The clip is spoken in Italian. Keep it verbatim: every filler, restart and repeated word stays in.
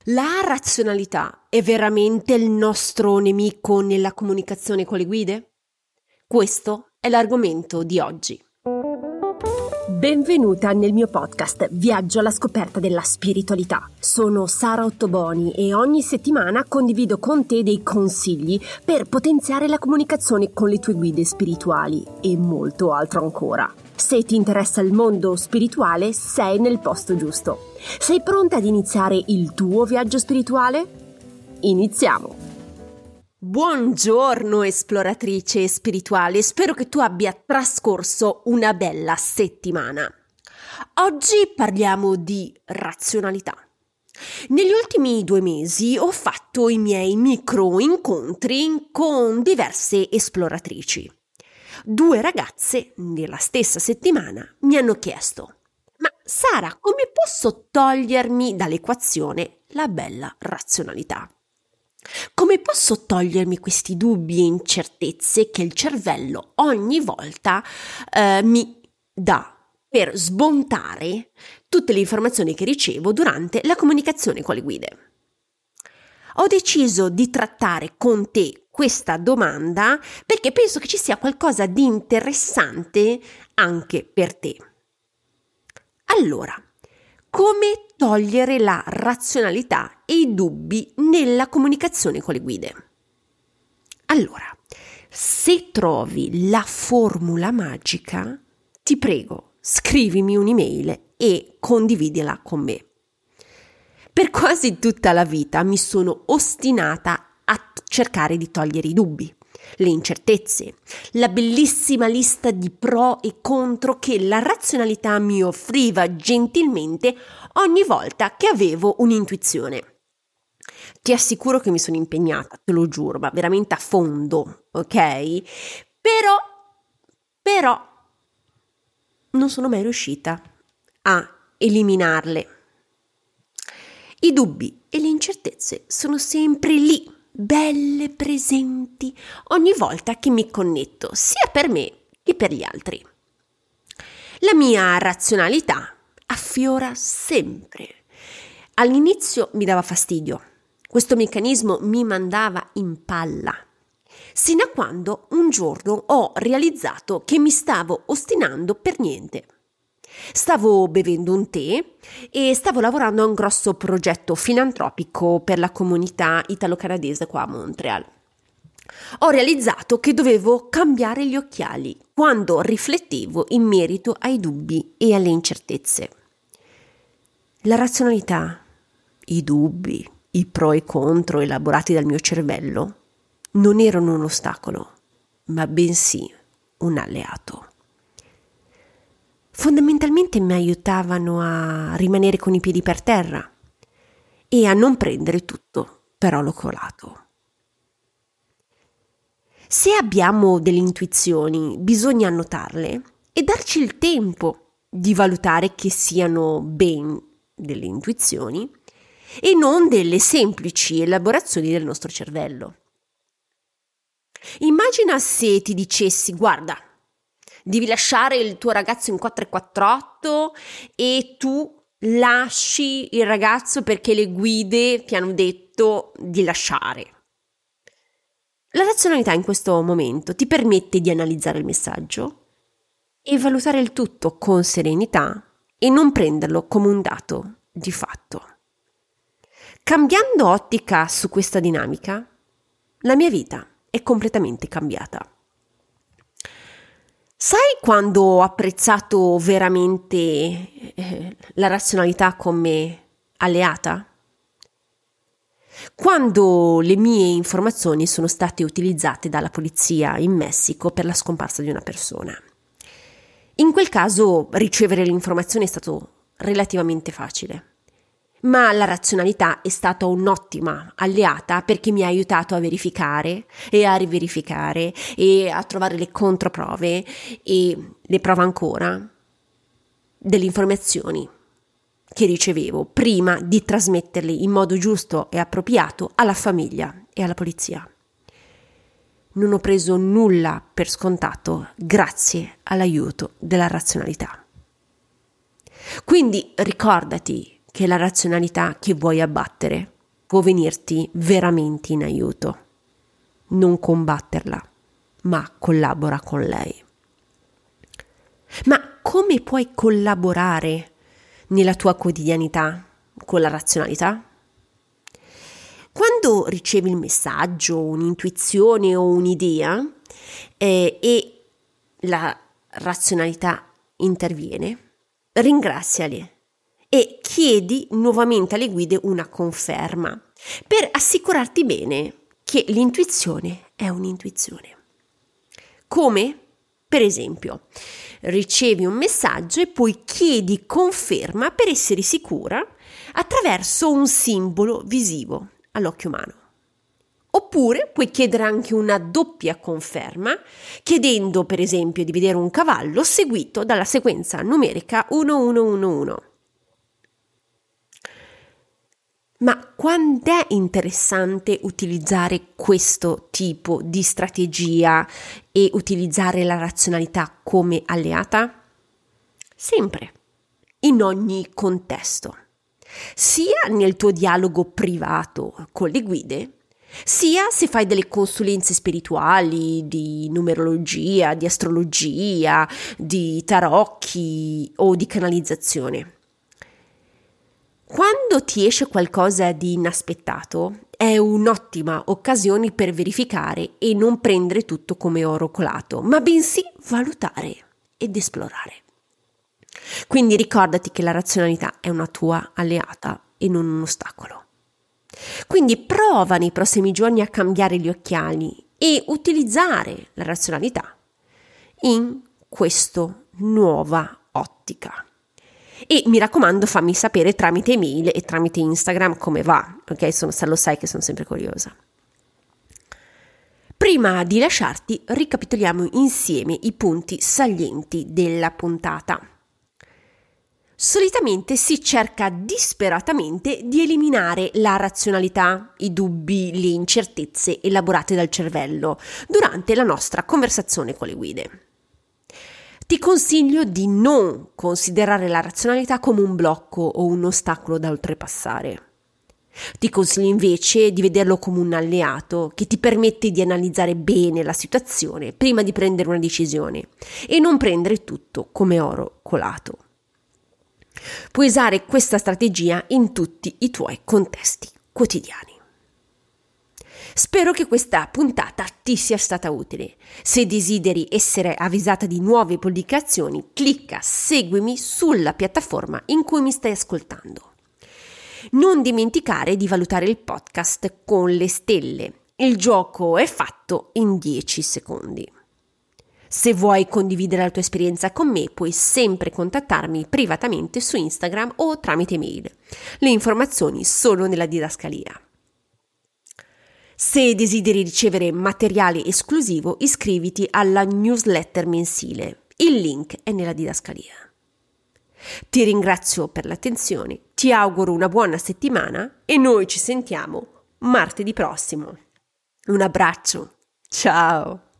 La razionalità è veramente il nostro nemico nella comunicazione con le guide? Questo è l'argomento di oggi. Benvenuta nel mio podcast Viaggio alla scoperta della spiritualità. Sono Sara Ottoboni e ogni settimana condivido con te dei consigli per potenziare la comunicazione con le tue guide spirituali e molto altro ancora. Se ti interessa il mondo spirituale, sei nel posto giusto. Sei pronta ad iniziare il tuo viaggio spirituale? Iniziamo! Buongiorno esploratrice spirituale, spero che tu abbia trascorso una bella settimana. Oggi parliamo di razionalità. Negli ultimi due mesi ho fatto i miei micro incontri con diverse esploratrici. Due ragazze nella stessa settimana mi hanno chiesto: ma Sara, come posso togliermi dall'equazione la bella razionalità? Come posso togliermi questi dubbi e incertezze che il cervello ogni volta eh, mi dà per sbontare tutte le informazioni che ricevo durante la comunicazione con le guide? Ho deciso di trattare con te questa domanda perché penso che ci sia qualcosa di interessante anche per te. Allora, come togliere la razionalità e i dubbi nella comunicazione con le guide? Allora, se trovi la formula magica, ti prego, scrivimi un'email e condividila con me. Per quasi tutta la vita mi sono ostinata a cercare di togliere i dubbi, le incertezze, la bellissima lista di pro e contro che la razionalità mi offriva gentilmente ogni volta che avevo un'intuizione. Ti assicuro che mi sono impegnata, te lo giuro, ma veramente a fondo, ok? Però, però, non sono mai riuscita a eliminarle. I dubbi e le incertezze sono sempre lì, belle presenti, ogni volta che mi connetto, sia per me che per gli altri. La mia razionalità affiora sempre. All'inizio mi dava fastidio. Questo meccanismo mi mandava in palla, sino a quando un giorno ho realizzato che mi stavo ostinando per niente. Stavo bevendo un tè e stavo lavorando a un grosso progetto filantropico per la comunità italo-canadese qua a Montreal. Ho realizzato che dovevo cambiare gli occhiali quando riflettevo in merito ai dubbi e alle incertezze. La razionalità, i dubbi, i pro e contro elaborati dal mio cervello non erano un ostacolo, ma bensì un alleato. Fondamentalmente mi aiutavano a rimanere con i piedi per terra e a non prendere tutto per oro colato. Se abbiamo delle intuizioni, bisogna annotarle e darci il tempo di valutare che siano ben delle intuizioni e non delle semplici elaborazioni del nostro cervello. Immagina se ti dicessi: guarda, devi lasciare il tuo ragazzo in quattro quattro otto e tu lasci il ragazzo perché le guide ti hanno detto di lasciare. La razionalità in questo momento ti permette di analizzare il messaggio e valutare il tutto con serenità e non prenderlo come un dato di fatto. Cambiando ottica su questa dinamica, la mia vita è completamente cambiata. Sai quando ho apprezzato veramente eh, la razionalità come alleata? Quando le mie informazioni sono state utilizzate dalla polizia in Messico per la scomparsa di una persona. In quel caso ricevere l'informazione è stato relativamente facile, ma la razionalità è stata un'ottima alleata perché mi ha aiutato a verificare e a riverificare e a trovare le controprove e le prove ancora delle informazioni che ricevevo prima di trasmetterle in modo giusto e appropriato alla famiglia e alla polizia. Non ho preso nulla per scontato grazie all'aiuto della razionalità. Quindi ricordati che la razionalità che vuoi abbattere può venirti veramente in aiuto. Non combatterla, ma collabora con lei. Ma come puoi collaborare nella tua quotidianità con la razionalità? Quando ricevi il messaggio, un'intuizione o un'idea eh, e la razionalità interviene, ringraziali e chiedi nuovamente alle guide una conferma per assicurarti bene che l'intuizione è un'intuizione. Come? Per esempio, ricevi un messaggio e poi chiedi conferma per essere sicura attraverso un simbolo visivo all'occhio umano. Oppure puoi chiedere anche una doppia conferma, chiedendo per esempio di vedere un cavallo seguito dalla sequenza numerica uno uno uno uno. Ma quando è interessante utilizzare questo tipo di strategia e utilizzare la razionalità come alleata? Sempre, in ogni contesto, sia nel tuo dialogo privato con le guide, sia se fai delle consulenze spirituali di numerologia, di astrologia, di tarocchi o di canalizzazione. Quando ti esce qualcosa di inaspettato, è un'ottima occasione per verificare e non prendere tutto come oro colato, ma bensì valutare ed esplorare. Quindi ricordati che la razionalità è una tua alleata e non un ostacolo. Quindi prova nei prossimi giorni a cambiare gli occhiali e utilizzare la razionalità in questa nuova ottica. E mi raccomando, fammi sapere tramite email e tramite Instagram come va, ok? Sono, se lo sai che sono sempre curiosa. Prima di lasciarti, ricapitoliamo insieme i punti salienti della puntata. Solitamente si cerca disperatamente di eliminare la razionalità, i dubbi, le incertezze elaborate dal cervello durante la nostra conversazione con le guide. Ti consiglio di non considerare la razionalità come un blocco o un ostacolo da oltrepassare. Ti consiglio invece di vederlo come un alleato che ti permette di analizzare bene la situazione prima di prendere una decisione e non prendere tutto come oro colato. Puoi usare questa strategia in tutti i tuoi contesti quotidiani. Spero che questa puntata ti sia stata utile. Se desideri essere avvisata di nuove pubblicazioni, clicca seguimi sulla piattaforma in cui mi stai ascoltando. Non dimenticare di valutare il podcast con le stelle. Il gioco è fatto in dieci secondi. Se vuoi condividere la tua esperienza con me, puoi sempre contattarmi privatamente su Instagram o tramite mail. Le informazioni sono nella didascalia. Se desideri ricevere materiale esclusivo, iscriviti alla newsletter mensile. Il link è nella didascalia. Ti ringrazio per l'attenzione, ti auguro una buona settimana e noi ci sentiamo martedì prossimo. Un abbraccio, ciao!